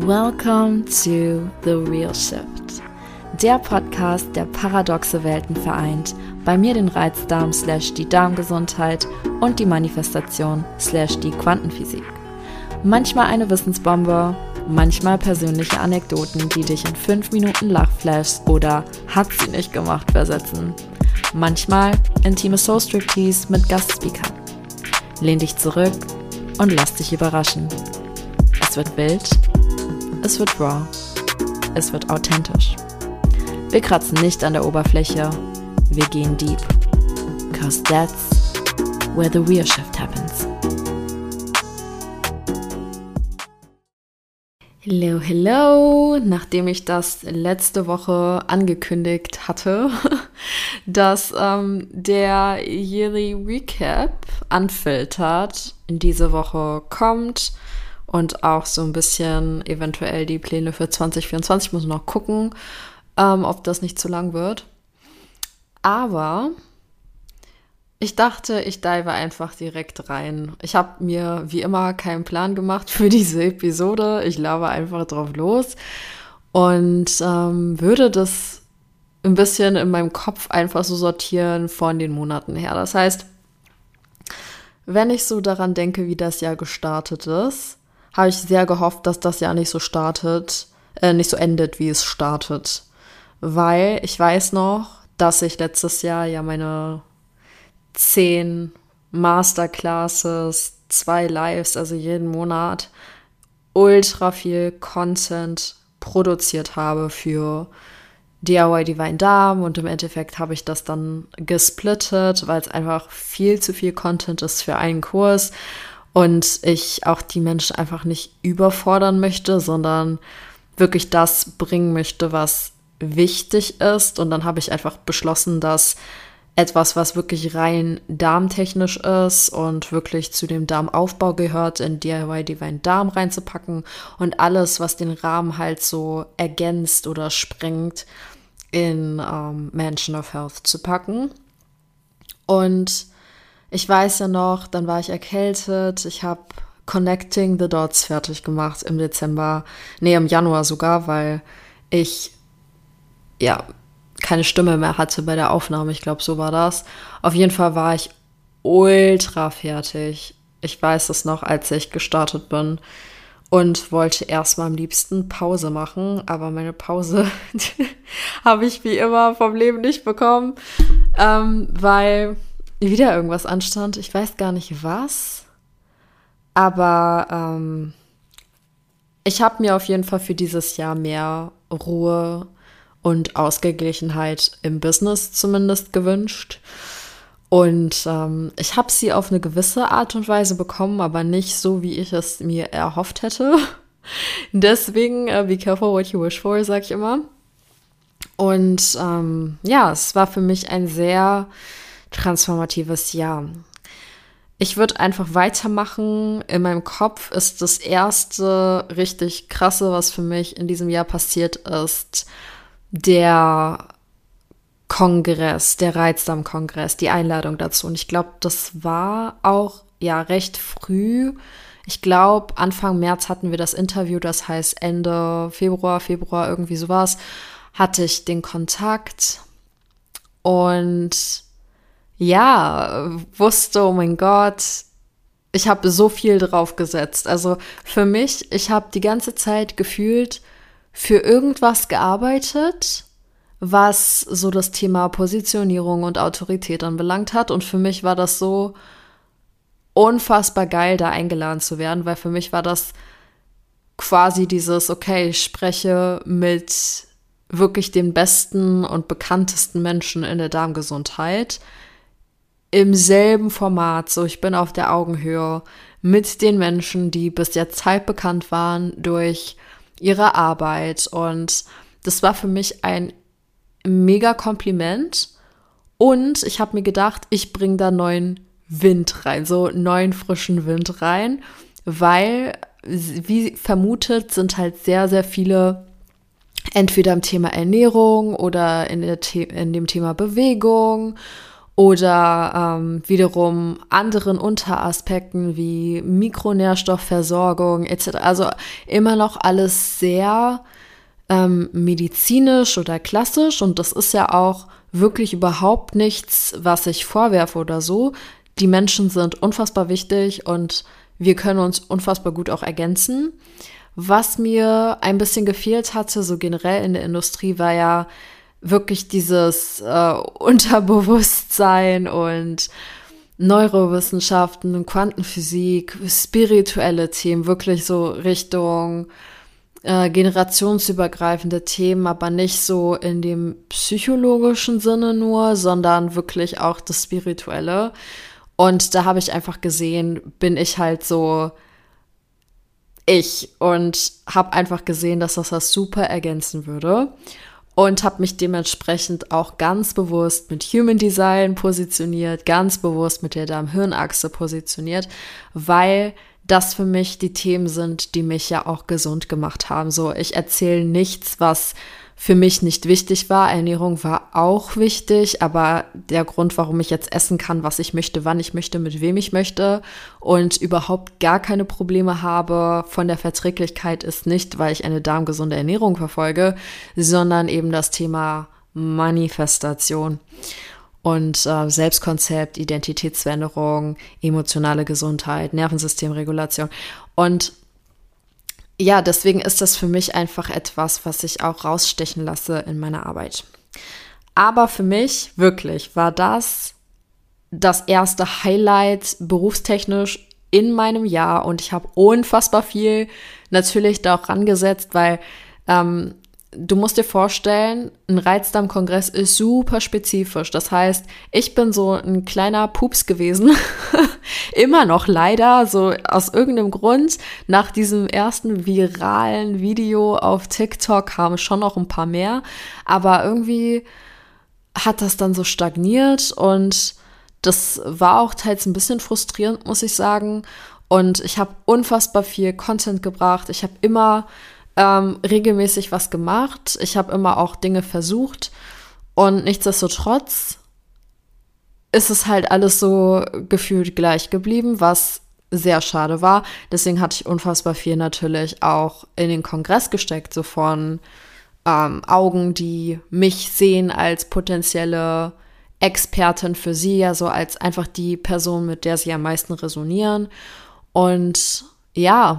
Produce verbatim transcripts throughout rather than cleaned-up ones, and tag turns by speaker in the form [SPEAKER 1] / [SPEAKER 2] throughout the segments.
[SPEAKER 1] Welcome to The Real Shift, der Podcast, der paradoxe Welten vereint, bei mir den Reizdarm slash die Darmgesundheit und die Manifestation slash die Quantenphysik. Manchmal eine Wissensbombe, manchmal persönliche Anekdoten, die dich in fünf Minuten Lachflashs oder hat sie nicht gemacht versetzen. Manchmal intime Soul-Striptease mit Gastspeakern. Lehn dich zurück und lass dich überraschen. Es wird wild, es wird raw, es wird authentisch. Wir kratzen nicht an der Oberfläche, wir gehen deep. Cause that's where the real shift happens. Hello, hello! Nachdem ich das letzte Woche angekündigt hatte, dass ähm, der Yearly Recap Unfiltered in diese Woche kommt und auch so ein bisschen eventuell die Pläne für zwanzig vierundzwanzig, muss noch gucken, ähm, ob das nicht zu lang wird. Aber ich dachte, ich dive einfach direkt rein. Ich habe mir wie immer keinen Plan gemacht für diese Episode. Ich laber einfach drauf los und ähm, würde das ein bisschen in meinem Kopf einfach so sortieren von den Monaten her. Das heißt, wenn ich so daran denke, wie das Jahr gestartet ist, habe ich sehr gehofft, dass das Jahr nicht so startet, äh, nicht so endet, wie es startet. Weil ich weiß noch, dass ich letztes Jahr ja meine zehn Masterclasses, zwei Lives, also jeden Monat ultra viel Content produziert habe für D I Y Divine Darm und im Endeffekt habe ich das dann gesplittet, weil es einfach viel zu viel Content ist für einen Kurs und ich auch die Menschen einfach nicht überfordern möchte, sondern wirklich das bringen möchte, was wichtig ist. Und dann habe ich einfach beschlossen, dass etwas, was wirklich rein darmtechnisch ist und wirklich zu dem Darmaufbau gehört, in D I Y Divine Darm reinzupacken und alles, was den Rahmen halt so ergänzt oder sprengt, in ähm, Mansion of Health zu packen. Und ich weiß ja noch, dann war ich erkältet, ich habe Connecting the Dots fertig gemacht im Dezember, nee, im Januar sogar, weil ich, ja, keine Stimme mehr hatte bei der Aufnahme, ich glaube, so war das. Auf jeden Fall war ich ultra fertig. Ich weiß es noch, als ich gestartet bin und wollte erstmal am liebsten Pause machen, aber meine Pause habe ich wie immer vom Leben nicht bekommen, ähm, weil wieder irgendwas anstand. Ich weiß gar nicht was, aber ähm, ich habe mir auf jeden Fall für dieses Jahr mehr Ruhe und Ausgeglichenheit im Business zumindest gewünscht. Und ähm, ich habe sie auf eine gewisse Art und Weise bekommen, aber nicht so, wie ich es mir erhofft hätte. Deswegen, äh, be careful what you wish for, sag ich immer. Und ähm, ja, es war für mich ein sehr transformatives Jahr. Ich würde einfach weitermachen. In meinem Kopf ist das erste richtig krasse, was für mich in diesem Jahr passiert ist, der Kongress, der Reizdarm-Kongress, die Einladung dazu. Und ich glaube, das war auch ja recht früh. Ich glaube, Anfang März hatten wir das Interview, das heißt Ende Februar, Februar, irgendwie sowas, hatte ich den Kontakt und ja, wusste, oh mein Gott, ich habe so viel drauf gesetzt. Also für mich, ich habe die ganze Zeit gefühlt für irgendwas gearbeitet, was so das Thema Positionierung und Autorität anbelangt hat. Und für mich war das so unfassbar geil, da eingeladen zu werden, weil für mich war das quasi dieses, okay, ich spreche mit wirklich den besten und bekanntesten Menschen in der Darmgesundheit im selben Format. So, ich bin auf der Augenhöhe mit den Menschen, die bis jetzt halt bekannt waren durch ihre Arbeit. Und das war für mich ein mega Kompliment. Und ich habe mir gedacht, ich bringe da neuen Wind rein, so neuen frischen Wind rein, weil, wie vermutet, sind halt sehr, sehr viele entweder im Thema Ernährung oder in, der The- in dem Thema Bewegung oder ähm, wiederum anderen Unteraspekten wie Mikronährstoffversorgung et cetera. Also immer noch alles sehr ähm, medizinisch oder klassisch und das ist ja auch wirklich überhaupt nichts, was ich vorwerfe oder so. Die Menschen sind unfassbar wichtig und wir können uns unfassbar gut auch ergänzen. Was mir ein bisschen gefehlt hatte, so generell in der Industrie, war ja wirklich dieses äh, Unterbewusstsein und Neurowissenschaften, Quantenphysik, spirituelle Themen, wirklich so Richtung äh, generationsübergreifende Themen, aber nicht so in dem psychologischen Sinne nur, sondern wirklich auch das Spirituelle. Und da habe ich einfach gesehen, bin ich halt so ich und habe einfach gesehen, dass das das super ergänzen würde. Und habe mich dementsprechend auch ganz bewusst mit Human Design positioniert, ganz bewusst mit der Darm-Hirn-Achse positioniert, weil das für mich die Themen sind, die mich ja auch gesund gemacht haben. So, ich erzähle nichts, was für mich nicht wichtig war. Ernährung war auch wichtig, aber der Grund, warum ich jetzt essen kann, was ich möchte, wann ich möchte, mit wem ich möchte und überhaupt gar keine Probleme habe von der Verträglichkeit, ist nicht, weil ich eine darmgesunde Ernährung verfolge, sondern eben das Thema Manifestation und äh, Selbstkonzept, Identitätsveränderung, emotionale Gesundheit, Nervensystemregulation. Und ja, deswegen ist das für mich einfach etwas, was ich auch rausstechen lasse in meiner Arbeit. Aber für mich wirklich war das das erste Highlight berufstechnisch in meinem Jahr und ich habe unfassbar viel natürlich da auch rangesetzt, weil ähm, du musst dir vorstellen, ein Reizdarmkongress ist super spezifisch. Das heißt, ich bin so ein kleiner Pups gewesen, immer noch leider, so aus irgendeinem Grund. Nach diesem ersten viralen Video auf TikTok kamen schon noch ein paar mehr, aber irgendwie hat das dann so stagniert und das war auch teils ein bisschen frustrierend, muss ich sagen. Und ich habe unfassbar viel Content gebracht. Ich habe immer Ähm, regelmäßig was gemacht. Ich habe immer auch Dinge versucht und nichtsdestotrotz ist es halt alles so gefühlt gleich geblieben, was sehr schade war. Deswegen hatte ich unfassbar viel natürlich auch in den Kongress gesteckt, so von ähm, Augen, die mich sehen als potenzielle Expertin für sie, also als einfach die Person, mit der sie am meisten resonieren. Und ja,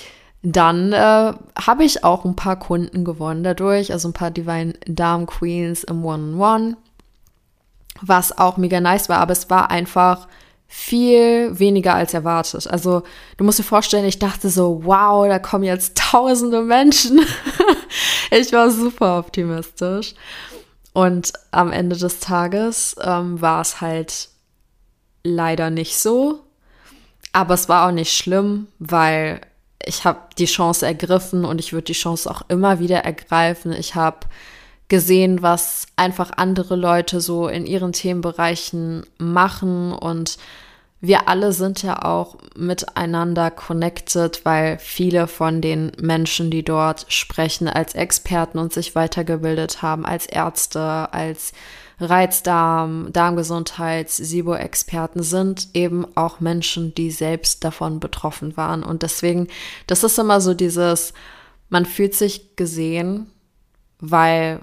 [SPEAKER 1] Dann äh, habe ich auch ein paar Kunden gewonnen dadurch, also ein paar Divine Darm Queens im One-on-One, was auch mega nice war, aber es war einfach viel weniger als erwartet. Also du musst dir vorstellen, ich dachte so, wow, da kommen jetzt tausende Menschen. Ich war super optimistisch. Und am Ende des Tages ähm, war es halt leider nicht so, aber es war auch nicht schlimm, weil ich habe die Chance ergriffen und ich würde die Chance auch immer wieder ergreifen. Ich habe gesehen, was einfach andere Leute so in ihren Themenbereichen machen und wir alle sind ja auch miteinander connected, weil viele von den Menschen, die dort sprechen, als Experten und sich weitergebildet haben, als Ärzte, als Reizdarm, Darmgesundheits-, SIBO-Experten sind eben auch Menschen, die selbst davon betroffen waren. Und deswegen, das ist immer so dieses, man fühlt sich gesehen, weil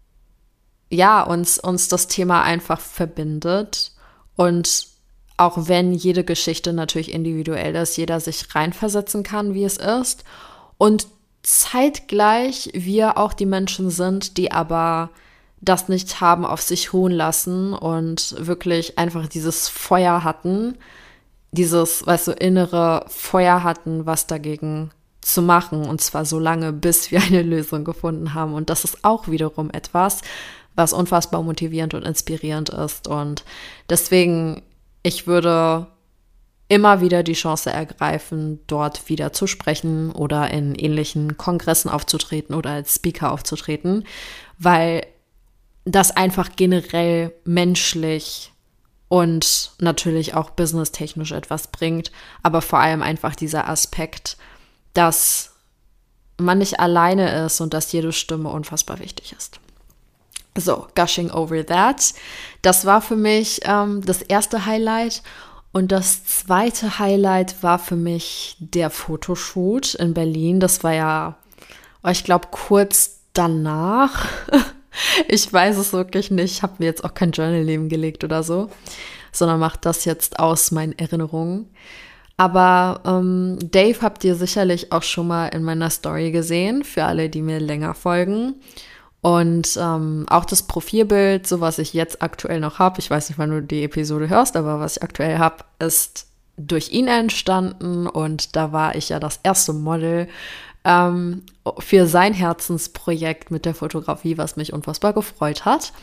[SPEAKER 1] ja, uns, uns das Thema einfach verbindet. Und auch wenn jede Geschichte natürlich individuell ist, jeder sich reinversetzen kann, wie es ist. Und zeitgleich wir auch die Menschen sind, die aber das nicht haben auf sich ruhen lassen und wirklich einfach dieses Feuer hatten, dieses, weißt du, innere Feuer hatten, was dagegen zu machen, und zwar so lange, bis wir eine Lösung gefunden haben. Und das ist auch wiederum etwas, was unfassbar motivierend und inspirierend ist. Und deswegen, ich würde immer wieder die Chance ergreifen, dort wieder zu sprechen oder in ähnlichen Kongressen aufzutreten oder als Speaker aufzutreten, weil das einfach generell menschlich und natürlich auch businesstechnisch etwas bringt, aber vor allem einfach dieser Aspekt, dass man nicht alleine ist und dass jede Stimme unfassbar wichtig ist. So, gushing over that. Das war für mich ähm, das erste Highlight. Und das zweite Highlight war für mich der Fotoshoot in Berlin. Das war ja, ich glaube, kurz danach. Ich weiß es wirklich nicht. Ich habe mir jetzt auch kein Journal neben gelegt oder so, sondern mache das jetzt aus meinen Erinnerungen. Aber ähm, Dave habt ihr sicherlich auch schon mal in meiner Story gesehen, für alle, die mir länger folgen. Und ähm, auch das Profilbild, so was ich jetzt aktuell noch habe, ich weiß nicht, wann du die Episode hörst, aber was ich aktuell habe, ist durch ihn entstanden. Und da war ich ja das erste Model ähm, für sein Herzensprojekt mit der Fotografie, was mich unfassbar gefreut hat.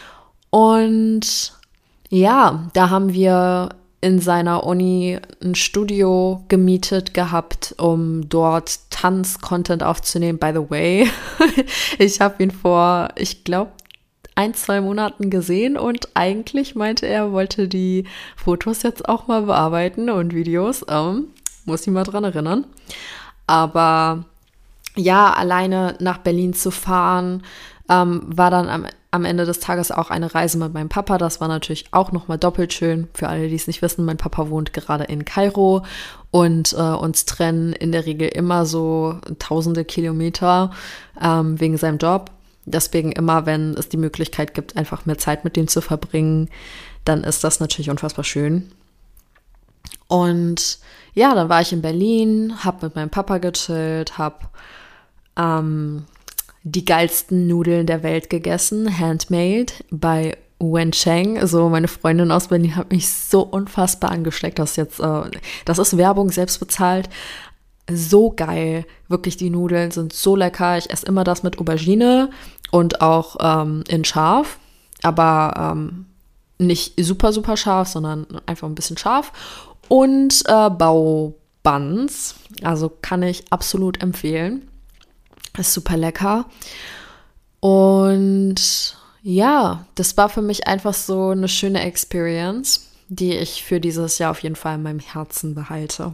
[SPEAKER 1] Und ja, da haben wir in seiner Uni ein Studio gemietet gehabt, um dort Tanz-Content aufzunehmen. By the way, ich habe ihn vor, ich glaube, ein, zwei Monaten gesehen und eigentlich meinte er, er wollte die Fotos jetzt auch mal bearbeiten und Videos. Ähm, muss ich mal dran erinnern. Aber ja, alleine nach Berlin zu fahren, ähm, war dann am Am Ende des Tages auch eine Reise mit meinem Papa. Das war natürlich auch nochmal doppelt schön. Für alle, die es nicht wissen, mein Papa wohnt gerade in Kairo und äh, uns trennen in der Regel immer so tausende Kilometer ähm, wegen seinem Job. Deswegen immer, wenn es die Möglichkeit gibt, einfach mehr Zeit mit dem zu verbringen, dann ist das natürlich unfassbar schön. Und ja, dann war ich in Berlin, habe mit meinem Papa gechillt, habe ähm, die geilsten Nudeln der Welt gegessen, handmade, bei Wen Cheng. So, meine Freundin aus Berlin hat mich so unfassbar angesteckt, dass jetzt, äh, das ist Werbung, selbst bezahlt. So geil. Wirklich, die Nudeln sind so lecker. Ich esse immer das mit Aubergine und auch ähm, in scharf. Aber ähm, nicht super, super scharf, sondern einfach ein bisschen scharf. Und äh, Bao-Buns. Also kann ich absolut empfehlen. Ist super lecker. Und ja, das war für mich einfach so eine schöne Experience, die ich für dieses Jahr auf jeden Fall in meinem Herzen behalte.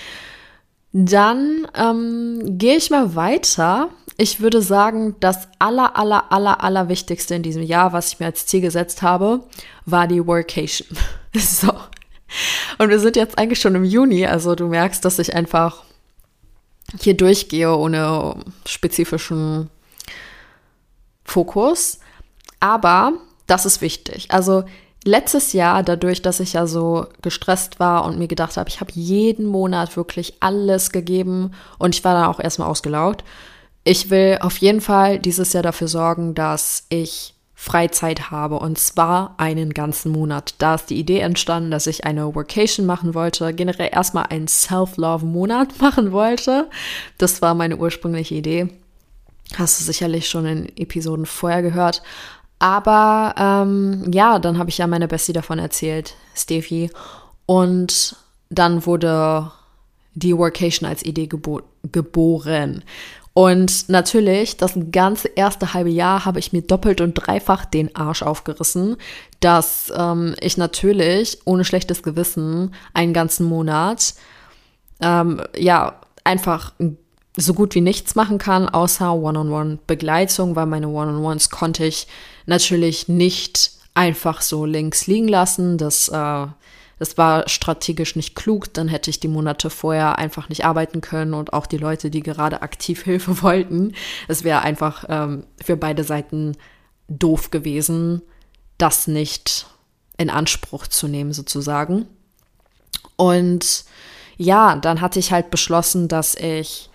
[SPEAKER 1] Dann ähm, gehe ich mal weiter. Ich würde sagen, das aller, aller, aller, aller Wichtigste in diesem Jahr, was ich mir als Ziel gesetzt habe, war die Workation. So. Und wir sind jetzt eigentlich schon im Juni, also du merkst, dass ich einfach hier durchgehe ohne spezifischen Fokus. Aber das ist wichtig. Also letztes Jahr, dadurch, dass ich ja so gestresst war und mir gedacht habe, ich habe jeden Monat wirklich alles gegeben und ich war dann auch erstmal ausgelaugt. Ich will auf jeden Fall dieses Jahr dafür sorgen, dass ich Freizeit habe und zwar einen ganzen Monat. Da ist die Idee entstanden, dass ich eine Workation machen wollte, generell erstmal einen Self-Love-Monat machen wollte. Das war meine ursprüngliche Idee. Hast du sicherlich schon in Episoden vorher gehört. Aber ähm, ja, dann habe ich ja meine Bestie davon erzählt, Steffi. Und dann wurde die Workation als Idee gebo- geboren. Und natürlich, das ganze erste halbe Jahr habe ich mir doppelt und dreifach den Arsch aufgerissen, dass ähm, ich natürlich ohne schlechtes Gewissen einen ganzen Monat ähm, ja einfach so gut wie nichts machen kann, außer One-on-One-Begleitung, weil meine One-on-Ones konnte ich natürlich nicht einfach so links liegen lassen. Das äh, Das war strategisch nicht klug, dann hätte ich die Monate vorher einfach nicht arbeiten können und auch die Leute, die gerade aktiv Hilfe wollten. Es wäre einfach ähm, für beide Seiten doof gewesen, das nicht in Anspruch zu nehmen sozusagen. Und ja, dann hatte ich halt beschlossen, dass ich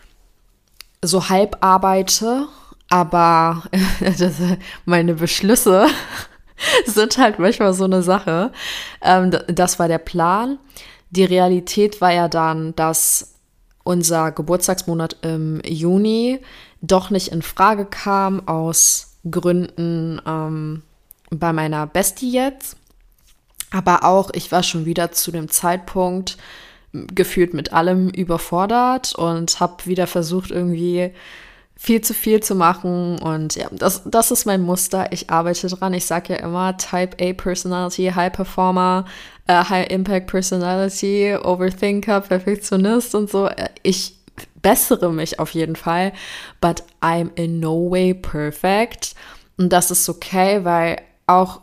[SPEAKER 1] so halb arbeite, aber meine Beschlüsse sind halt manchmal so eine Sache. Ähm, das war der Plan. Die Realität war ja dann, dass unser Geburtstagsmonat im Juni doch nicht in Frage kam, aus Gründen ähm, bei meiner Bestie jetzt. Aber auch, ich war schon wieder zu dem Zeitpunkt gefühlt mit allem überfordert und habe wieder versucht, irgendwie viel zu viel zu machen und ja, das, das ist mein Muster. Ich arbeite dran. Ich sage ja immer Type A Personality, High Performer, äh, High Impact Personality, Overthinker, Perfektionist und so. Ich bessere mich auf jeden Fall, but I'm in no way perfect. Und das ist okay, weil auch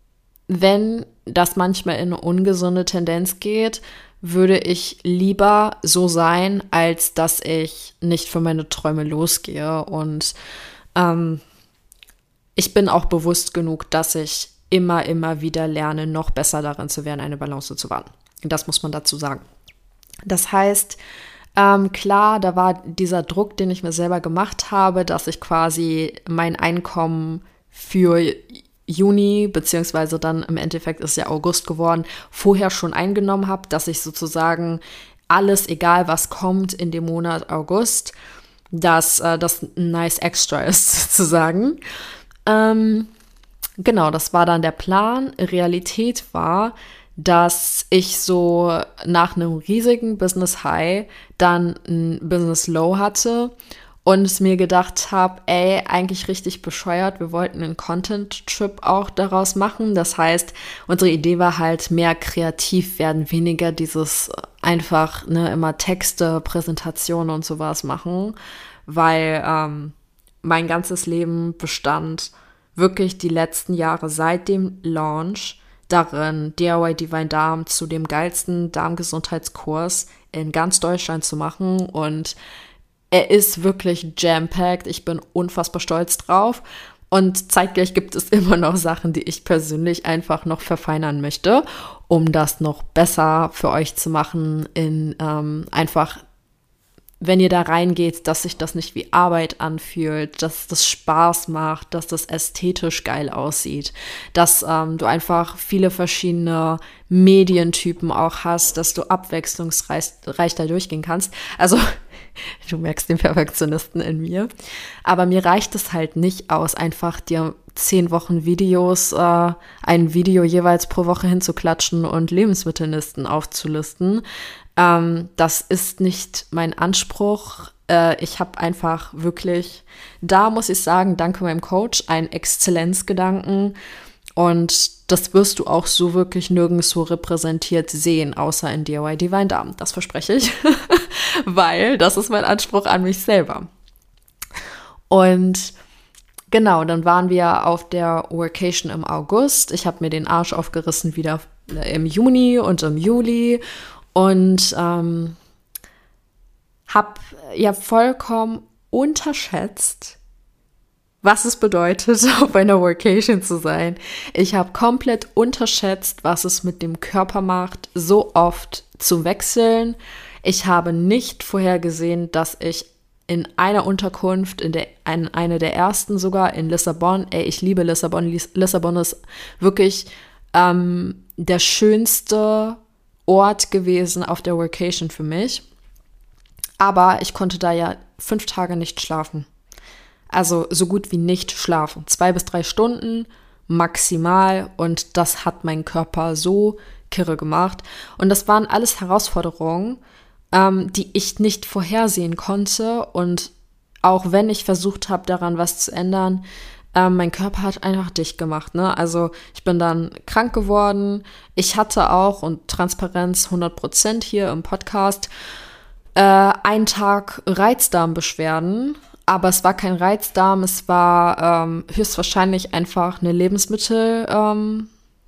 [SPEAKER 1] wenn das manchmal in eine ungesunde Tendenz geht, würde ich lieber so sein, als dass ich nicht für meine Träume losgehe. Und ähm, ich bin auch bewusst genug, dass ich immer, immer wieder lerne, noch besser darin zu werden, eine Balance zu wahren. Das muss man dazu sagen. Das heißt, ähm, klar, da war dieser Druck, den ich mir selber gemacht habe, dass ich quasi mein Einkommen für Juni, beziehungsweise dann im Endeffekt ist ja August geworden, vorher schon eingenommen habe, dass ich sozusagen alles, egal was kommt in dem Monat August, dass äh, das ein nice Extra ist, sozusagen. Ähm, genau, das war dann der Plan. Realität war, dass ich so nach einem riesigen Business High dann ein Business Low hatte und mir gedacht habe, ey, eigentlich richtig bescheuert, wir wollten einen Content-Trip auch daraus machen. Das heißt, unsere Idee war halt mehr kreativ werden, weniger dieses einfach ne, immer Texte, Präsentationen und sowas machen, weil ähm, mein ganzes Leben bestand wirklich die letzten Jahre seit dem Launch darin, D I Y Divine Darm zu dem geilsten Darmgesundheitskurs in ganz Deutschland zu machen. Und er ist wirklich jam-packed. Ich bin unfassbar stolz drauf. Und zeitgleich gibt es immer noch Sachen, die ich persönlich einfach noch verfeinern möchte, um das noch besser für euch zu machen, in ähm, einfach, wenn ihr da reingeht, dass sich das nicht wie Arbeit anfühlt, dass das Spaß macht, dass das ästhetisch geil aussieht, dass ähm, du einfach viele verschiedene Medientypen auch hast, dass du abwechslungsreich reich da durchgehen kannst. Also du merkst den Perfektionisten in mir. Aber mir reicht es halt nicht aus, einfach dir zehn Wochen Videos, äh, ein Video jeweils pro Woche hinzuklatschen und Lebensmittellisten aufzulisten. Ähm, das ist nicht mein Anspruch. Äh, ich habe einfach wirklich, da muss ich sagen, danke meinem Coach, einen Exzellenzgedanken. Und das wirst du auch so wirklich nirgendwo repräsentiert sehen, außer in D I Y Divine Darm. Das verspreche ich, weil das ist mein Anspruch an mich selber. Und genau, dann waren wir auf der Workation im August. Ich habe mir den Arsch aufgerissen wieder im Juni und im Juli und ähm, habe ja vollkommen unterschätzt, was es bedeutet, auf einer Workation zu sein. Ich habe komplett unterschätzt, was es mit dem Körper macht, so oft zu wechseln. Ich habe nicht vorhergesehen, dass ich in einer Unterkunft, in der, in eine der ersten sogar, in Lissabon, ey, ich liebe Lissabon. Lissabon ist wirklich ähm, der schönste Ort gewesen auf der Workation für mich. Aber ich konnte da ja fünf Tage nicht schlafen. Also so gut wie nicht schlafen. Zwei bis drei Stunden maximal. Und das hat meinen Körper so kirre gemacht. Und das waren alles Herausforderungen, ähm, die ich nicht vorhersehen konnte. Und auch wenn ich versucht habe, daran was zu ändern, ähm, mein Körper hat einfach dicht gemacht. Ne? Also ich bin dann krank geworden. Ich hatte auch, und Transparenz hundert Prozent hier im Podcast, äh, einen Tag Reizdarmbeschwerden. Aber es war kein Reizdarm, es war ähm, höchstwahrscheinlich einfach eine Lebensmittelvergiftung,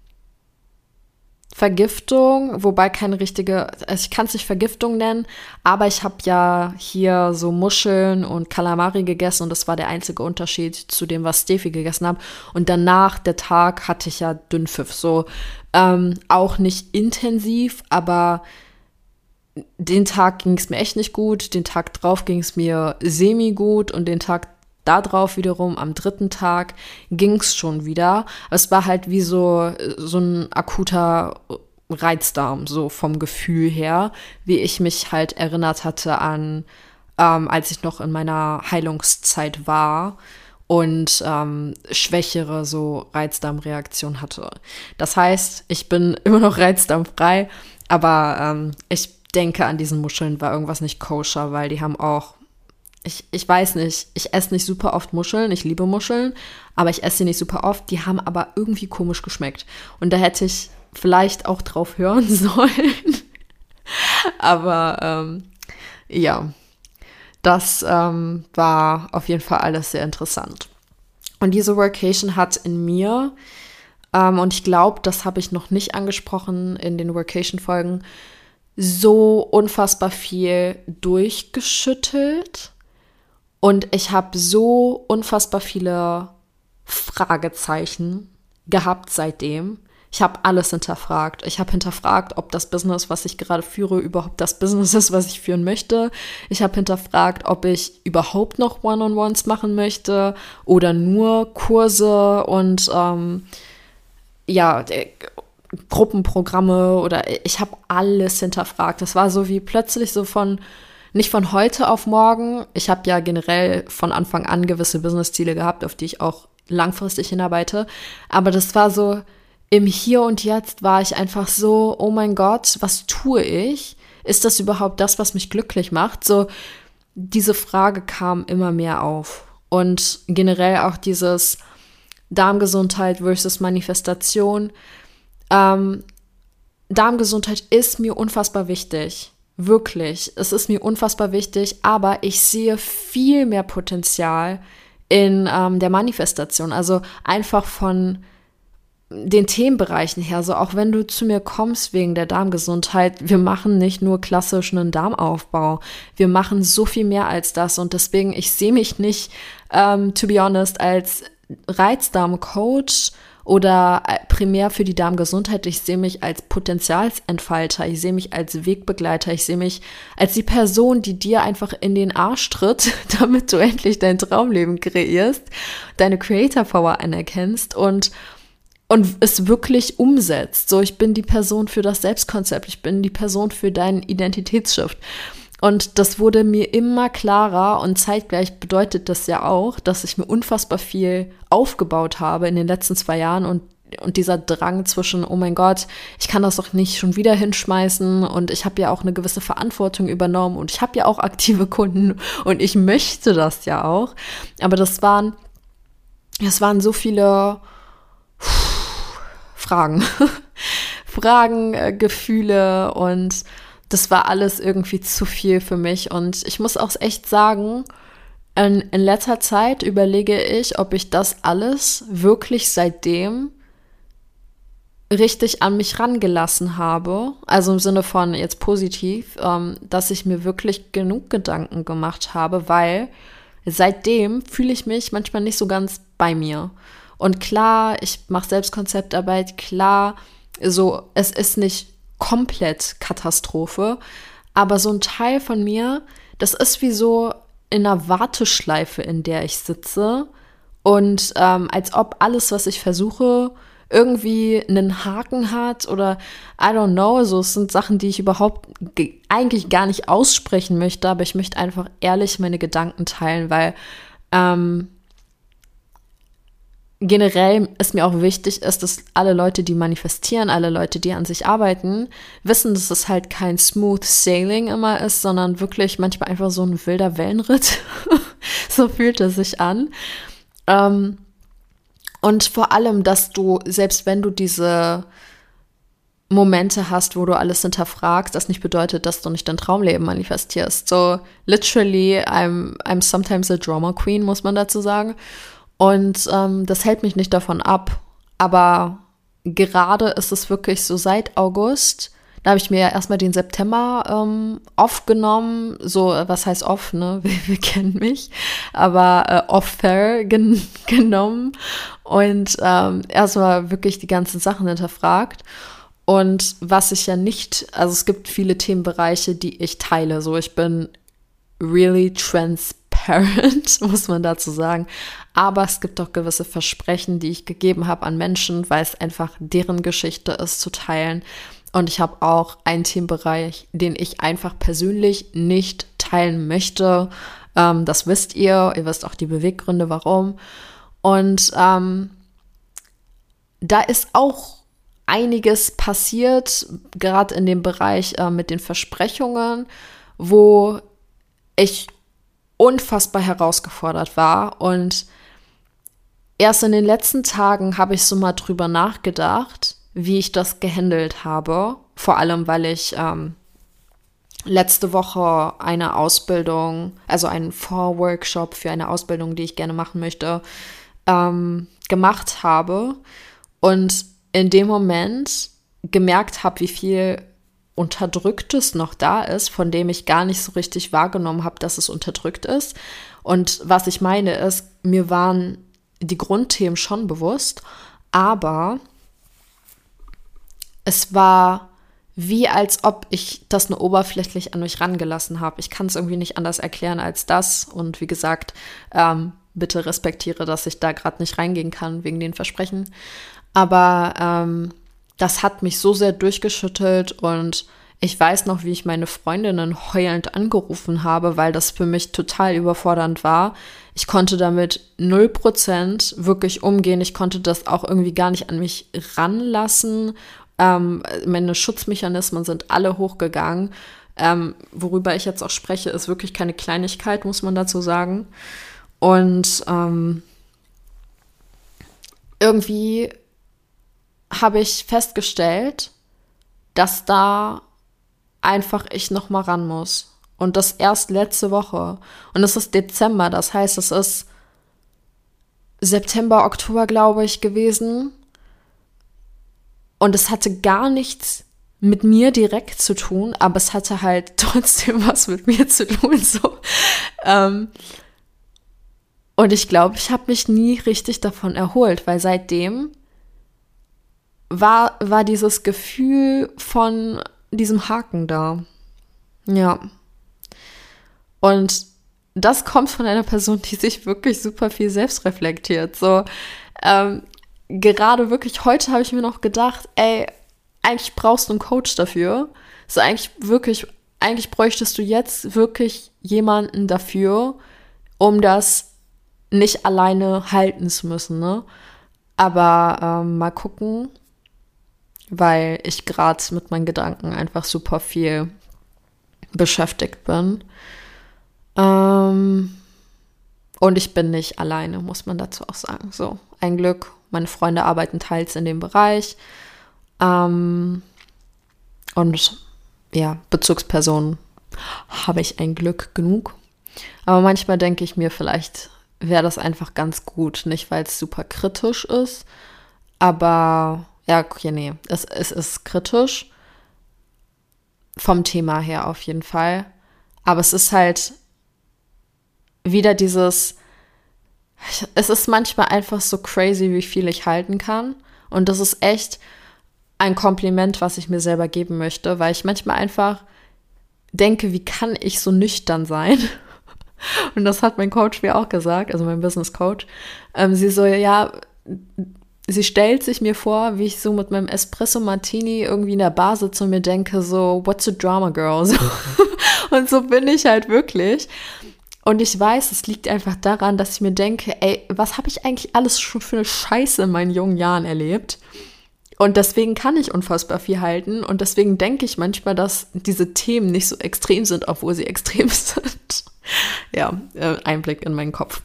[SPEAKER 1] ähm, wobei keine richtige, also ich kann es nicht Vergiftung nennen, aber ich habe ja hier so Muscheln und Kalamari gegessen und das war der einzige Unterschied zu dem, was Steffi gegessen hat. Und danach, der Tag, hatte ich ja Dünnpfiff, so ähm, auch nicht intensiv, aber den Tag ging es mir echt nicht gut, den Tag drauf ging es mir semi gut und den Tag da drauf wiederum, am dritten Tag, ging es schon wieder. Es war halt wie so, so ein akuter Reizdarm, so vom Gefühl her, wie ich mich halt erinnert hatte an, ähm, als ich noch in meiner Heilungszeit war und ähm, schwächere so Reizdarmreaktion hatte. Das heißt, ich bin immer noch reizdarmfrei, aber ähm, ich denke, an diesen Muscheln war irgendwas nicht koscher, weil die haben auch, ich, ich weiß nicht, ich esse nicht super oft Muscheln, ich liebe Muscheln, aber ich esse sie nicht super oft, die haben aber irgendwie komisch geschmeckt. Und da hätte ich vielleicht auch drauf hören sollen. aber ähm, ja, das ähm, war auf jeden Fall alles sehr interessant. Und diese Workation hat in mir, ähm, und ich glaube, das habe ich noch nicht angesprochen in den Workation-Folgen, so unfassbar viel durchgeschüttelt. Und ich habe so unfassbar viele Fragezeichen gehabt seitdem. Ich habe alles hinterfragt. Ich habe hinterfragt, ob das Business, was ich gerade führe, überhaupt das Business ist, was ich führen möchte. Ich habe hinterfragt, ob ich überhaupt noch One-on-Ones machen möchte oder nur Kurse und ähm, ja, Gruppenprogramme oder ich habe alles hinterfragt. Das war so wie plötzlich so von, nicht von heute auf morgen. Ich habe ja generell von Anfang an gewisse Business-Ziele gehabt, auf die ich auch langfristig hinarbeite. Aber das war so, im Hier und Jetzt war ich einfach so, oh mein Gott, was tue ich? Ist das überhaupt das, was mich glücklich macht? So, diese Frage kam immer mehr auf. Und generell auch dieses Darmgesundheit versus Manifestation. Ähm, Darmgesundheit ist mir unfassbar wichtig. Wirklich. Es ist mir unfassbar wichtig, aber ich sehe viel mehr Potenzial in ähm, der Manifestation. Also einfach von den Themenbereichen her, so auch wenn du zu mir kommst wegen der Darmgesundheit, wir machen nicht nur klassisch einen Darmaufbau, wir machen so viel mehr als das und deswegen, ich sehe mich nicht, ähm, to be honest, als Reizdarmcoach oder primär für die Darmgesundheit, ich sehe mich als Potenzialsentfalter, ich sehe mich als Wegbegleiter, ich sehe mich als die Person, die dir einfach in den Arsch tritt, damit du endlich dein Traumleben kreierst, deine Creator Power anerkennst und Und es wirklich umsetzt. So, ich bin die Person für das Selbstkonzept. Ich bin die Person für deinen Identitätsshift. Und das wurde mir immer klarer und zeitgleich bedeutet das ja auch, dass ich mir unfassbar viel aufgebaut habe in den letzten zwei Jahren und, und dieser Drang zwischen, oh mein Gott, ich kann das doch nicht schon wieder hinschmeißen und ich habe ja auch eine gewisse Verantwortung übernommen und ich habe ja auch aktive Kunden und ich möchte das ja auch. Aber das waren, das waren so viele Fragen, Fragen, äh, Gefühle und das war alles irgendwie zu viel für mich und ich muss auch echt sagen, in, in letzter Zeit überlege ich, ob ich das alles wirklich seitdem richtig an mich rangelassen habe, also im Sinne von jetzt positiv, ähm, dass ich mir wirklich genug Gedanken gemacht habe, weil seitdem fühle ich mich manchmal nicht so ganz bei mir. Und klar, ich mache Selbstkonzeptarbeit, klar, so, es ist nicht komplett Katastrophe, aber so ein Teil von mir, das ist wie so in einer Warteschleife, in der ich sitze und ähm, als ob alles, was ich versuche, irgendwie einen Haken hat oder I don't know, so es sind Sachen, die ich überhaupt ge- eigentlich gar nicht aussprechen möchte, aber ich möchte einfach ehrlich meine Gedanken teilen, weil ähm, generell ist mir auch wichtig, ist, dass alle Leute, die manifestieren, alle Leute, die an sich arbeiten, wissen, dass es halt kein smooth sailing immer ist, sondern wirklich manchmal einfach so ein wilder Wellenritt. So fühlt es sich an. Ähm, und vor allem, dass du, selbst wenn du diese Momente hast, wo du alles hinterfragst, das nicht bedeutet, dass du nicht dein Traumleben manifestierst. So literally, I'm, I'm sometimes a drama queen, muss man dazu sagen. Und ähm, das hält mich nicht davon ab. Aber gerade ist es wirklich so seit August, da habe ich mir ja erstmal den September ähm, off genommen. So, was heißt off, ne? Wir, wir kennen mich. Aber äh, off-fair gen- genommen. Und ähm, erstmal wirklich die ganzen Sachen hinterfragt. Und was ich ja nicht, also es gibt viele Themenbereiche, die ich teile. So, ich bin really transparent, muss man dazu sagen. Aber es gibt auch gewisse Versprechen, die ich gegeben habe an Menschen, weil es einfach deren Geschichte ist, zu teilen. Und ich habe auch einen Themenbereich, den ich einfach persönlich nicht teilen möchte. Ähm, das wisst ihr. Ihr wisst auch die Beweggründe, warum. Und ähm, da ist auch einiges passiert, gerade in dem Bereich äh, mit den Versprechungen, wo ich unfassbar herausgefordert war. Und erst in den letzten Tagen habe ich so mal drüber nachgedacht, wie ich das gehandelt habe. Vor allem, weil ich ähm, letzte Woche eine Ausbildung, also einen Vorworkshop für eine Ausbildung, die ich gerne machen möchte, ähm, gemacht habe und in dem Moment gemerkt habe, wie viel Unterdrücktes noch da ist, von dem ich gar nicht so richtig wahrgenommen habe, dass es unterdrückt ist. Und was ich meine ist, mir waren die Grundthemen schon bewusst, aber es war wie als ob ich das nur oberflächlich an mich rangelassen habe. Ich kann es irgendwie nicht anders erklären als das. Und wie gesagt, ähm, bitte respektiere, dass ich da gerade nicht reingehen kann wegen den Versprechen. Aber ähm, das hat mich so sehr durchgeschüttelt und ich weiß noch, wie ich meine Freundinnen heulend angerufen habe, weil das für mich total überfordernd war. Ich konnte damit null Prozent wirklich umgehen. Ich konnte das auch irgendwie gar nicht an mich ranlassen. Ähm, meine Schutzmechanismen sind alle hochgegangen. Ähm, worüber ich jetzt auch spreche, ist wirklich keine Kleinigkeit, muss man dazu sagen. Und ähm, irgendwie habe ich festgestellt, dass da einfach ich noch mal ran muss. Und das erst letzte Woche. Und es ist Dezember, das heißt, es ist September, Oktober, glaube ich, gewesen. Und es hatte gar nichts mit mir direkt zu tun, aber es hatte halt trotzdem was mit mir zu tun. So. Ähm und ich glaube, ich habe mich nie richtig davon erholt, weil seitdem war, war dieses Gefühl von diesem Haken da. Ja. Und das kommt von einer Person, die sich wirklich super viel selbst reflektiert. So, ähm, gerade wirklich heute habe ich mir noch gedacht, ey, eigentlich brauchst du einen Coach dafür. So, eigentlich wirklich, eigentlich bräuchtest du jetzt wirklich jemanden dafür, um das nicht alleine halten zu müssen, ne? Aber ähm, mal gucken, weil ich gerade mit meinen Gedanken einfach super viel beschäftigt bin. Ähm, und ich bin nicht alleine, muss man dazu auch sagen. So, ein Glück, meine Freunde arbeiten teils in dem Bereich. Ähm, und ja, Bezugspersonen habe ich ein Glück genug. Aber manchmal denke ich mir, vielleicht wäre das einfach ganz gut. Nicht, weil es super kritisch ist, aber ja, okay, nee, es, es ist kritisch. Vom Thema her auf jeden Fall. Aber es ist halt wieder dieses, es ist manchmal einfach so crazy, wie viel ich halten kann. Und das ist echt ein Kompliment, was ich mir selber geben möchte, weil ich manchmal einfach denke, wie kann ich so nüchtern sein? Und das hat mein Coach mir auch gesagt, also mein Business Coach. Ähm, sie so, ja, sie stellt sich mir vor, wie ich so mit meinem Espresso Martini irgendwie in der Bar sitze und mir denke so, what's a drama girl? So. Und so bin ich halt wirklich. Und ich weiß, es liegt einfach daran, dass ich mir denke, ey, was habe ich eigentlich alles schon für eine Scheiße in meinen jungen Jahren erlebt? Und deswegen kann ich unfassbar viel halten. Und deswegen denke ich manchmal, dass diese Themen nicht so extrem sind, obwohl sie extrem sind. Ja, Einblick in meinen Kopf.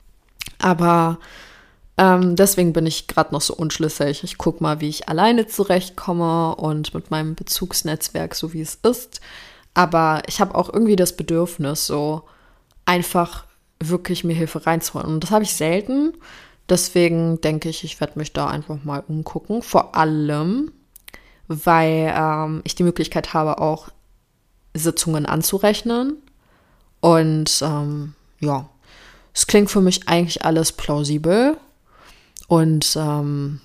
[SPEAKER 1] Aber ähm, deswegen bin ich gerade noch so unschlüssig. Ich gucke mal, wie ich alleine zurechtkomme und mit meinem Bezugsnetzwerk, so wie es ist. Aber ich habe auch irgendwie das Bedürfnis, so einfach wirklich mir Hilfe reinzuholen. Und das habe ich selten. Deswegen denke ich, ich werde mich da einfach mal umgucken. Vor allem, weil ähm, ich die Möglichkeit habe, auch Sitzungen anzurechnen. Und ähm, ja, es klingt für mich eigentlich alles plausibel. Und ähm,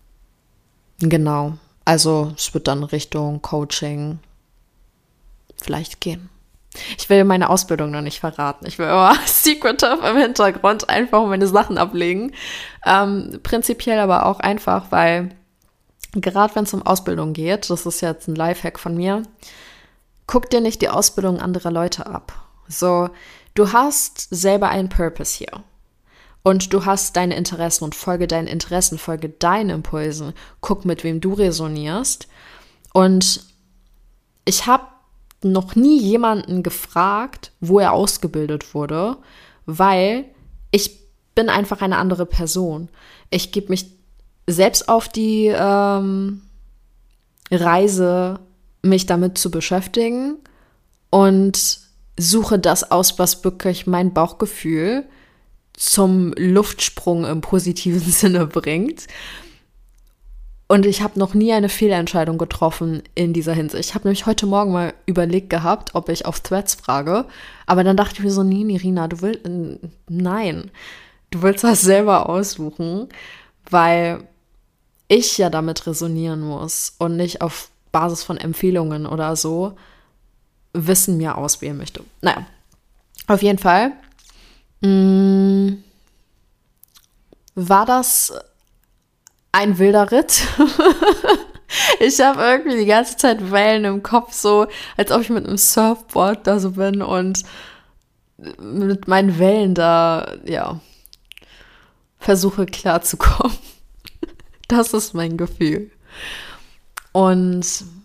[SPEAKER 1] genau, also es wird dann Richtung Coaching vielleicht gehen. Ich will meine Ausbildung noch nicht verraten. Ich will immer secretive im Hintergrund einfach meine Sachen ablegen. Ähm, prinzipiell aber auch einfach, weil gerade wenn es um Ausbildung geht, das ist jetzt ein Lifehack von mir, guck dir nicht die Ausbildung anderer Leute ab. So, du hast selber einen Purpose hier. Und du hast deine Interessen und folge deinen Interessen, folge deinen Impulsen. Guck, mit wem du resonierst. Und ich habe noch nie jemanden gefragt, wo er ausgebildet wurde, weil ich bin einfach eine andere Person. Ich gebe mich selbst auf die ähm, Reise, mich damit zu beschäftigen und suche das aus, was wirklich mein Bauchgefühl zum Luftsprung im positiven Sinne bringt. Und ich habe noch nie eine Fehlentscheidung getroffen in dieser Hinsicht. Ich habe nämlich heute Morgen mal überlegt gehabt, ob ich auf Threads frage. Aber dann dachte ich mir so, nee, Nirina, du willst, nein, du willst das selber aussuchen, weil ich ja damit resonieren muss und nicht auf Basis von Empfehlungen oder so Wissen mir auswählen möchte. Naja, auf jeden Fall mh, war das ein wilder Ritt. Ich habe irgendwie die ganze Zeit Wellen im Kopf, so als ob ich mit einem Surfboard da so bin und mit meinen Wellen da, ja, versuche klarzukommen. Das ist mein Gefühl. Und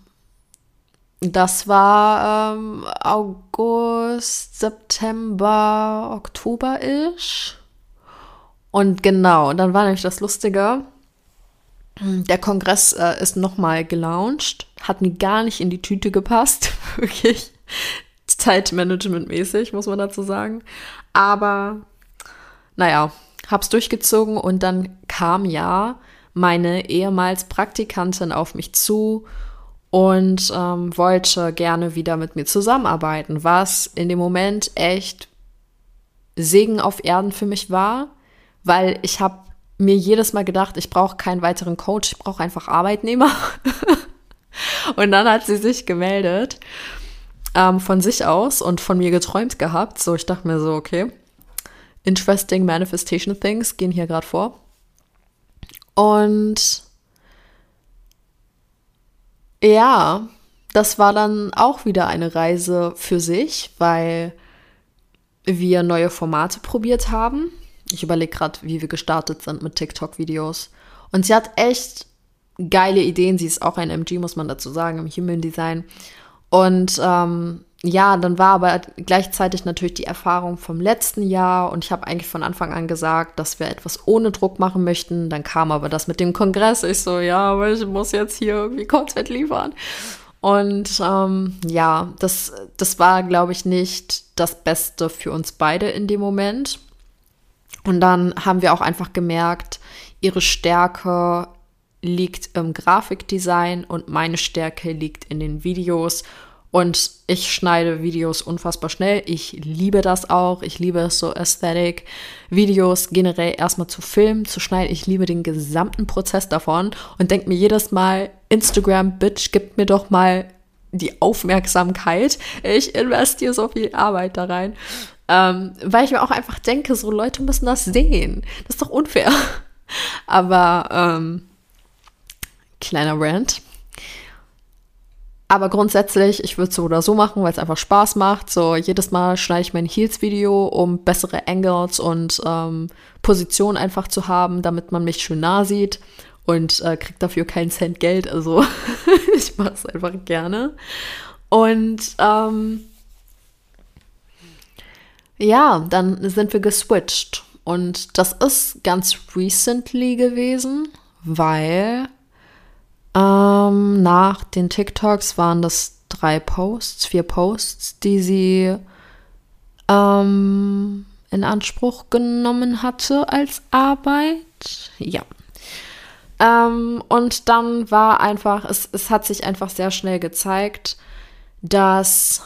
[SPEAKER 1] das war ähm, August, September, Oktober-ish. Und genau, dann war nämlich das Lustige, der Kongress äh, ist nochmal gelauncht, hat mir gar nicht in die Tüte gepasst, wirklich Zeitmanagement-mäßig, muss man dazu sagen. Aber naja, hab's durchgezogen und dann kam ja meine ehemals Praktikantin auf mich zu und ähm, wollte gerne wieder mit mir zusammenarbeiten, was in dem Moment echt Segen auf Erden für mich war, weil ich habe mir jedes Mal gedacht, ich brauche keinen weiteren Coach, ich brauche einfach Arbeitnehmer. Und dann hat sie sich gemeldet, ähm, von sich aus und von mir geträumt gehabt. So, ich dachte mir so, okay, interesting manifestation things gehen hier gerade vor. Und ja, das war dann auch wieder eine Reise für sich, weil wir neue Formate probiert haben. Ich überlege gerade, wie wir gestartet sind mit TikTok-Videos. Und sie hat echt geile Ideen. Sie ist auch ein M G, muss man dazu sagen, im Human Design. Und ähm, ja, dann war aber gleichzeitig natürlich die Erfahrung vom letzten Jahr. Und ich habe eigentlich von Anfang an gesagt, dass wir etwas ohne Druck machen möchten. Dann kam aber das mit dem Kongress. Ich so, ja, aber ich muss jetzt hier irgendwie Content liefern. Und ähm, ja, das, das war, glaube ich, nicht das Beste für uns beide in dem Moment. Und dann haben wir auch einfach gemerkt, ihre Stärke liegt im Grafikdesign und meine Stärke liegt in den Videos. Und ich schneide Videos unfassbar schnell. Ich liebe das auch. Ich liebe es so Aesthetic, Videos generell erstmal zu filmen, zu schneiden. Ich liebe den gesamten Prozess davon und denke mir jedes Mal, Instagram, Bitch, gib mir doch mal die Aufmerksamkeit. Ich investiere so viel Arbeit da rein. Ähm, weil ich mir auch einfach denke, so Leute müssen das sehen. Das ist doch unfair. Aber ähm, kleiner Rant. Aber grundsätzlich, ich würde es so oder so machen, weil es einfach Spaß macht. So jedes Mal schneide ich mein Heels-Video, um bessere Angles und ähm, Positionen einfach zu haben, damit man mich schön nah sieht und äh, kriegt dafür keinen Cent Geld. Also ich mache es einfach gerne. Und ähm, ja, dann sind wir geswitcht. Und das ist ganz recently gewesen, weil ähm, nach den TikToks waren das drei Posts, vier Posts, die sie ähm, in Anspruch genommen hatte als Arbeit. Ja. Ähm, und dann war einfach, es, es hat sich einfach sehr schnell gezeigt, dass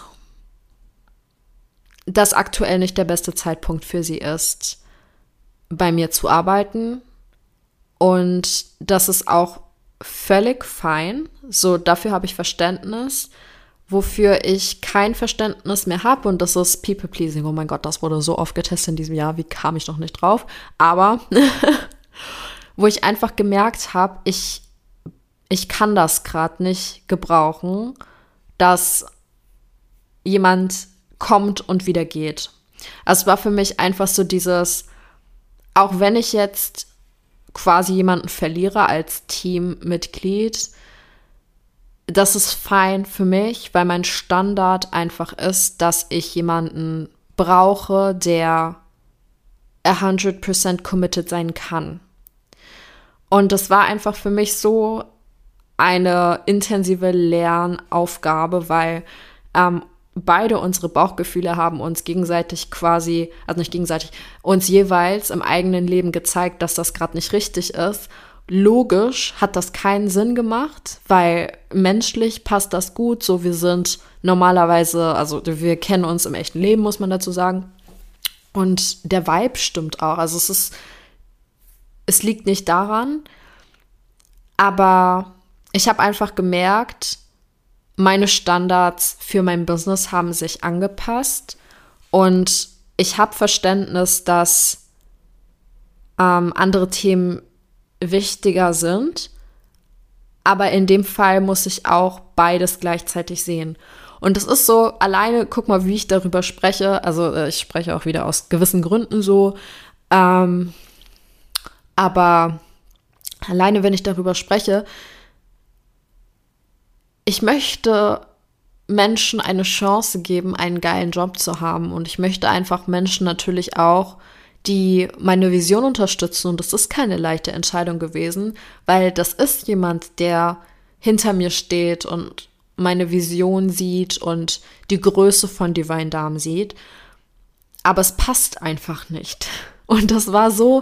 [SPEAKER 1] das aktuell nicht der beste Zeitpunkt für sie ist, bei mir zu arbeiten. Und das ist auch völlig fein. So, dafür habe ich Verständnis. Wofür ich kein Verständnis mehr habe, und das ist People-Pleasing. Oh mein Gott, das wurde so oft getestet in diesem Jahr. Wie kam ich noch nicht drauf? Aber wo ich einfach gemerkt habe, ich, ich kann das gerade nicht gebrauchen, dass jemand kommt und wieder geht. Also es war für mich einfach so dieses, auch wenn ich jetzt quasi jemanden verliere als Teammitglied, das ist fein für mich, weil mein Standard einfach ist, dass ich jemanden brauche, der hundert Prozent committed sein kann. Und das war einfach für mich so eine intensive Lernaufgabe, weil ähm, beide unsere Bauchgefühle haben uns gegenseitig quasi, also nicht gegenseitig, uns jeweils im eigenen Leben gezeigt, dass das gerade nicht richtig ist. Logisch hat das keinen Sinn gemacht, weil menschlich passt das gut. So, wir sind normalerweise, also wir kennen uns im echten Leben, muss man dazu sagen. Und der Vibe stimmt auch. Also es ist, es liegt nicht daran, aber ich habe einfach gemerkt, meine Standards für mein Business haben sich angepasst und ich habe Verständnis, dass ähm, andere Themen wichtiger sind, aber in dem Fall muss ich auch beides gleichzeitig sehen. Und es ist so, alleine, guck mal, wie ich darüber spreche, also äh, ich spreche auch wieder aus gewissen Gründen so, ähm, aber alleine, wenn ich darüber spreche, ich möchte Menschen eine Chance geben, einen geilen Job zu haben. Und ich möchte einfach Menschen natürlich auch, die meine Vision unterstützen. Und das ist keine leichte Entscheidung gewesen, weil das ist jemand, der hinter mir steht und meine Vision sieht und die Größe von Divine Dame sieht. Aber es passt einfach nicht. Und das war so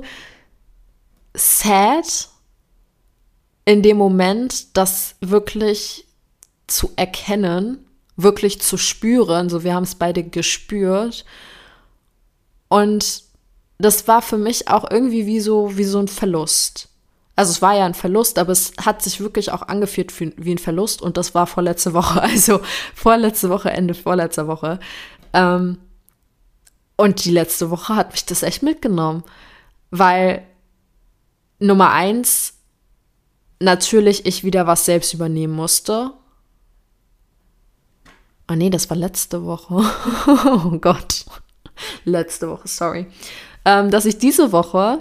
[SPEAKER 1] sad in dem Moment, das wirklich zu erkennen, wirklich zu spüren, so wir haben es beide gespürt und das war für mich auch irgendwie wie so, wie so ein Verlust. Also es war ja ein Verlust, aber es hat sich wirklich auch angefühlt wie ein Verlust und das war vorletzte Woche, also vorletzte Woche, Ende vorletzter Woche. Ähm, und die letzte Woche hat mich das echt mitgenommen, weil Nummer eins, natürlich ich wieder was selbst übernehmen musste. Ah nee, das war letzte Woche. Oh Gott. Letzte Woche, sorry. Ähm, dass ich diese Woche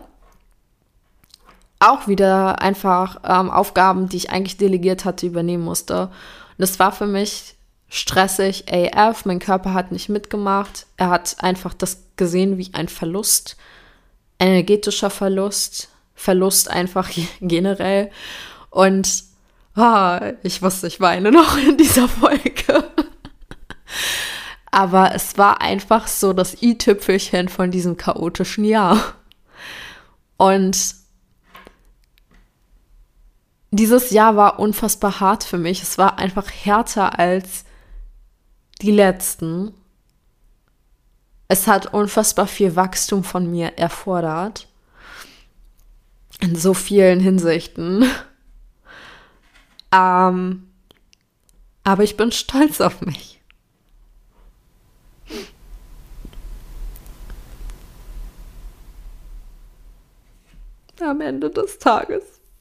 [SPEAKER 1] auch wieder einfach ähm, Aufgaben, die ich eigentlich delegiert hatte, übernehmen musste. Und das war für mich stressig A F. Mein Körper hat nicht mitgemacht. Er hat einfach das gesehen wie ein Verlust. Energetischer Verlust. Verlust einfach generell. Und oh, ich wusste, ich weine noch in dieser Folge. Aber es war einfach so das i-Tüpfelchen von diesem chaotischen Jahr. Und dieses Jahr war unfassbar hart für mich. Es war einfach härter als die letzten. Es hat unfassbar viel Wachstum von mir erfordert. In so vielen Hinsichten. Ähm, aber ich bin stolz auf mich. Am Ende des Tages.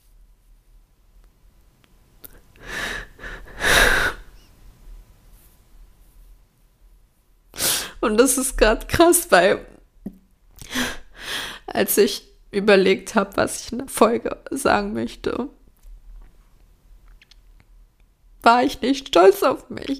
[SPEAKER 1] Und das ist gerade krass, weil als ich überlegt habe, was ich in der Folge sagen möchte, war ich nicht stolz auf mich.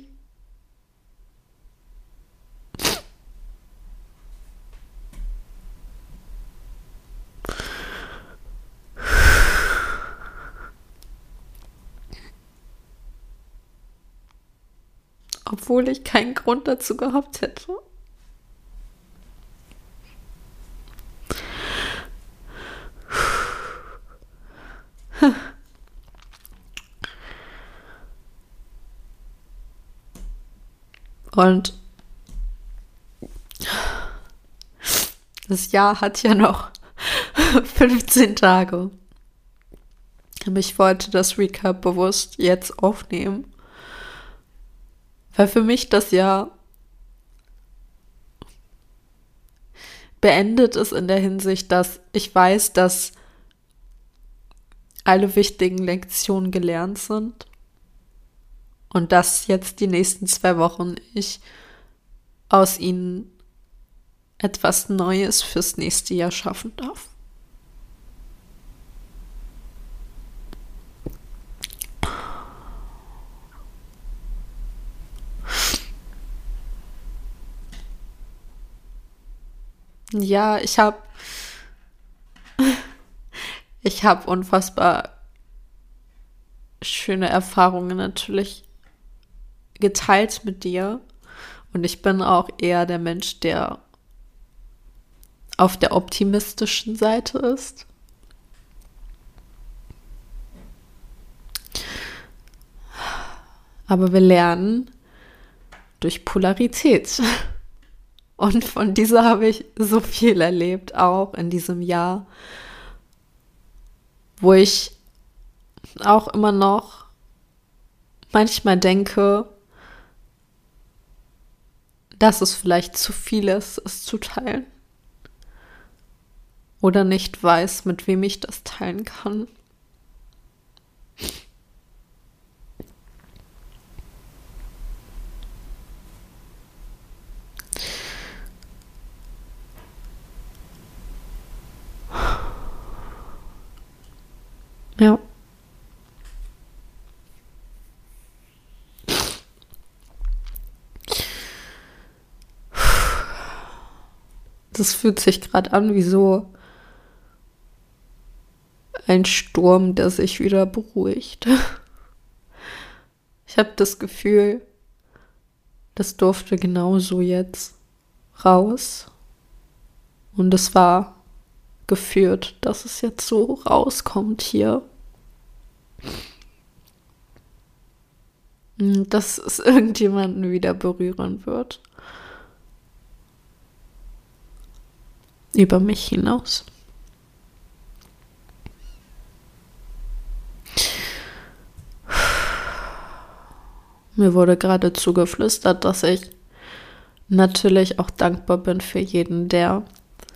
[SPEAKER 1] Obwohl ich keinen Grund dazu gehabt hätte. Und das Jahr hat ja noch fünfzehn Tage. Aber ich wollte das Recap bewusst jetzt aufnehmen. Weil für mich das Jahr beendet ist in der Hinsicht, dass ich weiß, dass alle wichtigen Lektionen gelernt sind und dass jetzt die nächsten zwei Wochen ich aus ihnen etwas Neues fürs nächste Jahr schaffen darf. Ja, ich habe ich habe unfassbar schöne Erfahrungen natürlich geteilt mit dir Und ich bin auch eher der Mensch, der auf der optimistischen Seite ist. Aber wir lernen durch Polarität. Und von dieser habe ich so viel erlebt, auch in diesem Jahr, wo ich auch immer noch manchmal denke, dass es vielleicht zu viel ist, es zu teilen. Oder nicht weiß, mit wem ich das teilen kann. Ja. Das fühlt sich gerade an wie so ein Sturm, der sich wieder beruhigt. Ich habe das Gefühl, das durfte genauso jetzt raus. Und es war geführt, dass es jetzt so rauskommt hier. Und dass es irgendjemanden wieder berühren wird. Über mich hinaus. Mir wurde gerade zugeflüstert, dass ich natürlich auch dankbar bin für jeden, der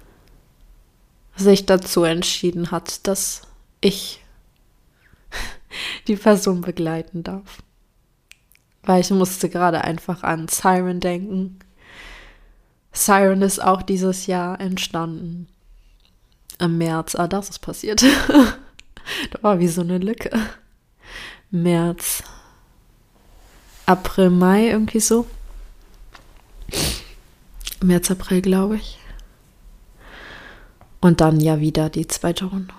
[SPEAKER 1] sich dazu entschieden hat, dass ich die Person begleiten darf. Weil ich musste gerade einfach an Siren denken. Siren ist auch dieses Jahr entstanden. Im März. Ah, das ist passiert. Da war wie so eine Lücke. März. April, Mai, irgendwie so. März, April, glaube ich. Und dann ja wieder die zweite Runde.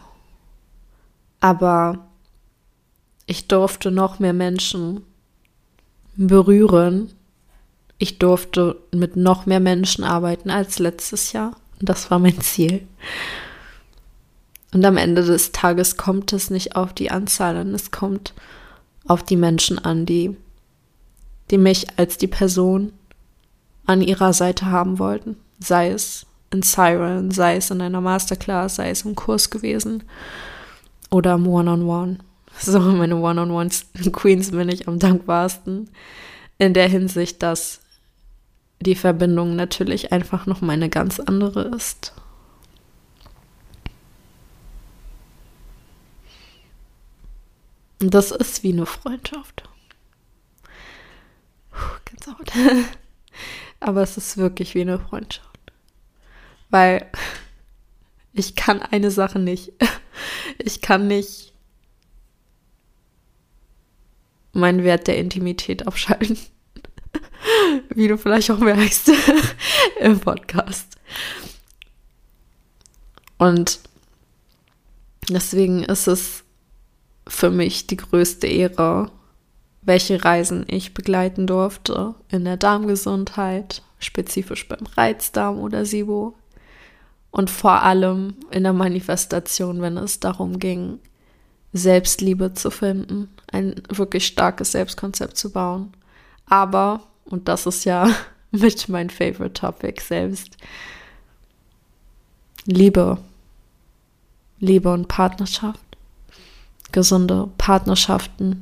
[SPEAKER 1] Aber ich durfte noch mehr Menschen berühren. Ich durfte mit noch mehr Menschen arbeiten als letztes Jahr. Und das war mein Ziel. Und am Ende des Tages kommt es nicht auf die Anzahl an, es kommt auf die Menschen an, die, die mich als die Person an ihrer Seite haben wollten. Sei es in Siren, sei es in einer Masterclass, sei es im Kurs gewesen oder im One-on-One. So, meine One-on-One-Queens bin ich am dankbarsten. In der Hinsicht, dass die Verbindung natürlich einfach noch mal eine ganz andere ist. Und das ist wie eine Freundschaft. Puh, Gänsehaut. Aber es ist wirklich wie eine Freundschaft. Weil ich kann eine Sache nicht. Ich kann nicht meinen Wert der Intimität abschalten. Wie du vielleicht auch merkst im Podcast. Und deswegen ist es für mich die größte Ehre, welche Reisen ich begleiten durfte in der Darmgesundheit, spezifisch beim Reizdarm oder SIBO und vor allem in der Manifestation, wenn es darum ging, Selbstliebe zu finden, ein wirklich starkes Selbstkonzept zu bauen. Aber, und das ist ja mit mein Favorite Topic selbst, Liebe, Liebe und Partnerschaft, gesunde Partnerschaften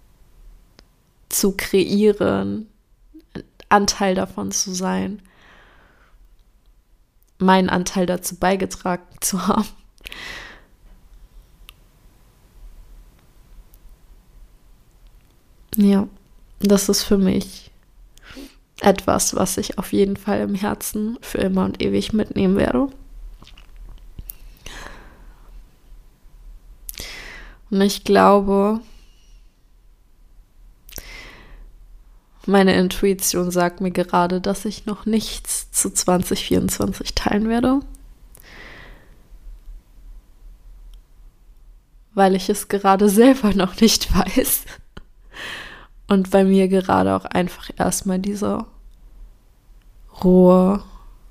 [SPEAKER 1] zu kreieren, Anteil davon zu sein, meinen Anteil dazu beigetragen zu haben. Ja, das ist für mich etwas, was ich auf jeden Fall im Herzen für immer und ewig mitnehmen werde. Und ich glaube, meine Intuition sagt mir gerade, dass ich noch nichts zu zwanzig vierundzwanzig teilen werde. Weil ich es gerade selber noch nicht weiß. Und bei mir gerade auch einfach erstmal dieser Ruhe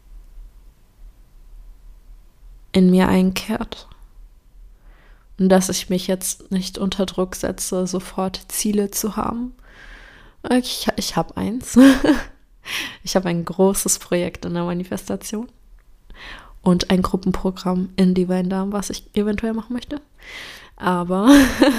[SPEAKER 1] in mir einkehrt. Und dass ich mich jetzt nicht unter Druck setze, sofort Ziele zu haben. Ich, ich habe eins. Ich habe ein großes Projekt in der Manifestation und ein Gruppenprogramm in Divine Dame, was ich eventuell machen möchte. Aber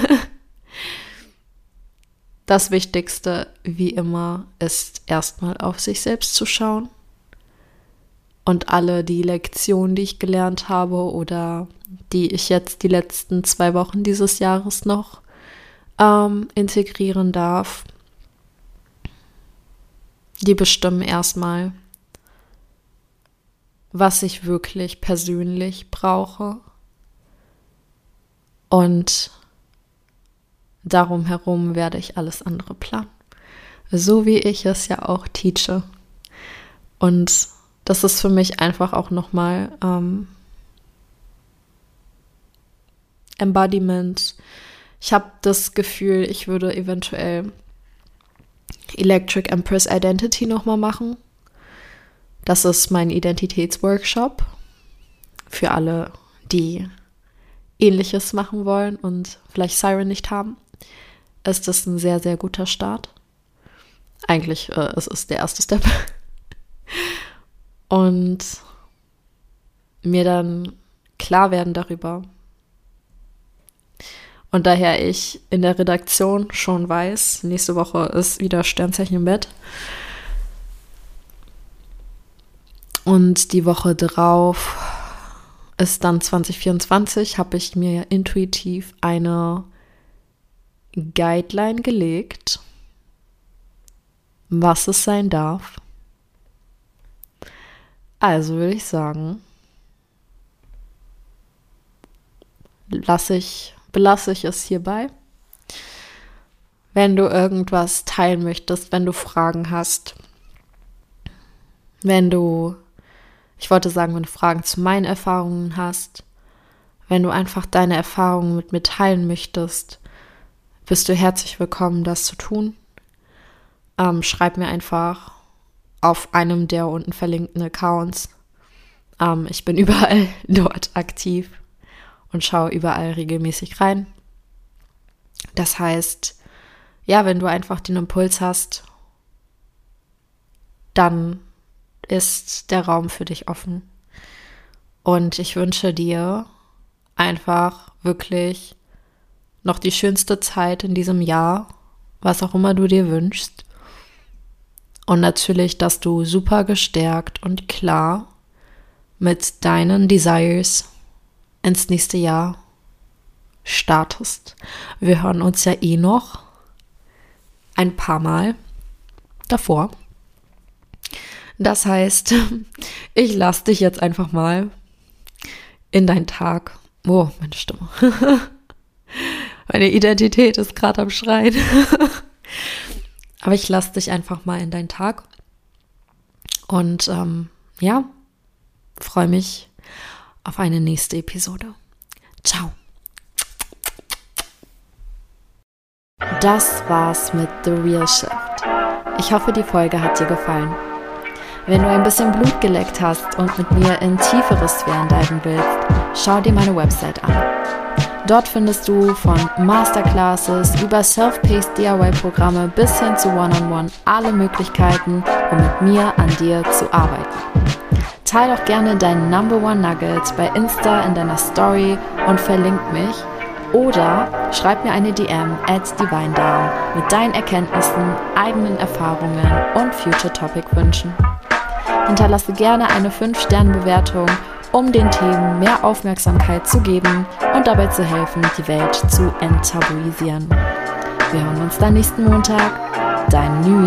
[SPEAKER 1] das Wichtigste, wie immer, ist erstmal auf sich selbst zu schauen und alle die Lektionen, die ich gelernt habe oder die ich jetzt die letzten zwei Wochen dieses Jahres noch ähm, integrieren darf, die bestimmen erstmal, was ich wirklich persönlich brauche. Und darum herum werde ich alles andere planen. So wie ich es ja auch teache. Und das ist für mich einfach auch nochmal ähm, Embodiment. Ich habe das Gefühl, ich würde eventuell Electric Empress Identity nochmal machen. Das ist mein Identitätsworkshop für alle, die Ähnliches machen wollen und vielleicht Siren nicht haben. Ist das ein sehr, sehr guter Start. Eigentlich äh, es ist der erste Step. Und mir dann klar werden darüber. Und daher ich in der Redaktion schon weiß, nächste Woche ist wieder Sternzeichen im Bett. Und die Woche drauf ist dann zwanzig vierundzwanzig, habe ich mir ja intuitiv eine Guideline gelegt, was es sein darf. Also würde ich sagen, lasse ich belasse ich es hierbei. Wenn du irgendwas teilen möchtest, wenn du Fragen hast, wenn du, ich wollte sagen, wenn du Fragen zu meinen Erfahrungen hast, wenn du einfach deine Erfahrungen mit mir teilen möchtest, bist du herzlich willkommen, das zu tun. Ähm, schreib mir einfach auf einem der unten verlinkten Accounts. Ähm, ich bin überall dort aktiv und schaue überall regelmäßig rein. Das heißt, ja, wenn du einfach den Impuls hast, dann ist der Raum für dich offen. Und ich wünsche dir einfach wirklich noch die schönste Zeit in diesem Jahr, was auch immer du dir wünschst. Und natürlich, dass du super gestärkt und klar mit deinen Desires ins nächste Jahr startest. Wir hören uns ja eh noch ein paar Mal davor. Das heißt, ich lasse dich jetzt einfach mal in deinen Tag. Oh, meine Stimme. Meine Identität ist gerade am Schreien. Aber ich lasse dich einfach mal in deinen Tag. Und ähm, ja, freue mich auf eine nächste Episode. Ciao. Das war's mit The Real Shift. Ich hoffe, die Folge hat dir gefallen. Wenn du ein bisschen Blut geleckt hast und mit mir in tiefere Sphären diven willst, schau dir meine Website an. Dort findest du von Masterclasses über Self-Paced D I Y-Programme bis hin zu One-on-One alle Möglichkeiten, um mit mir an dir zu arbeiten. Teil doch gerne deinen Number One Nugget bei Insta in deiner Story und verlink mich oder schreib mir eine D M at Divine Dame mit deinen Erkenntnissen, eigenen Erfahrungen und Future Topic Wünschen. Hinterlasse gerne eine fünf Sterne Bewertung, um den Themen mehr Aufmerksamkeit zu geben und dabei zu helfen, die Welt zu enttabuisieren. Wir hören uns dann nächsten Montag. Dein New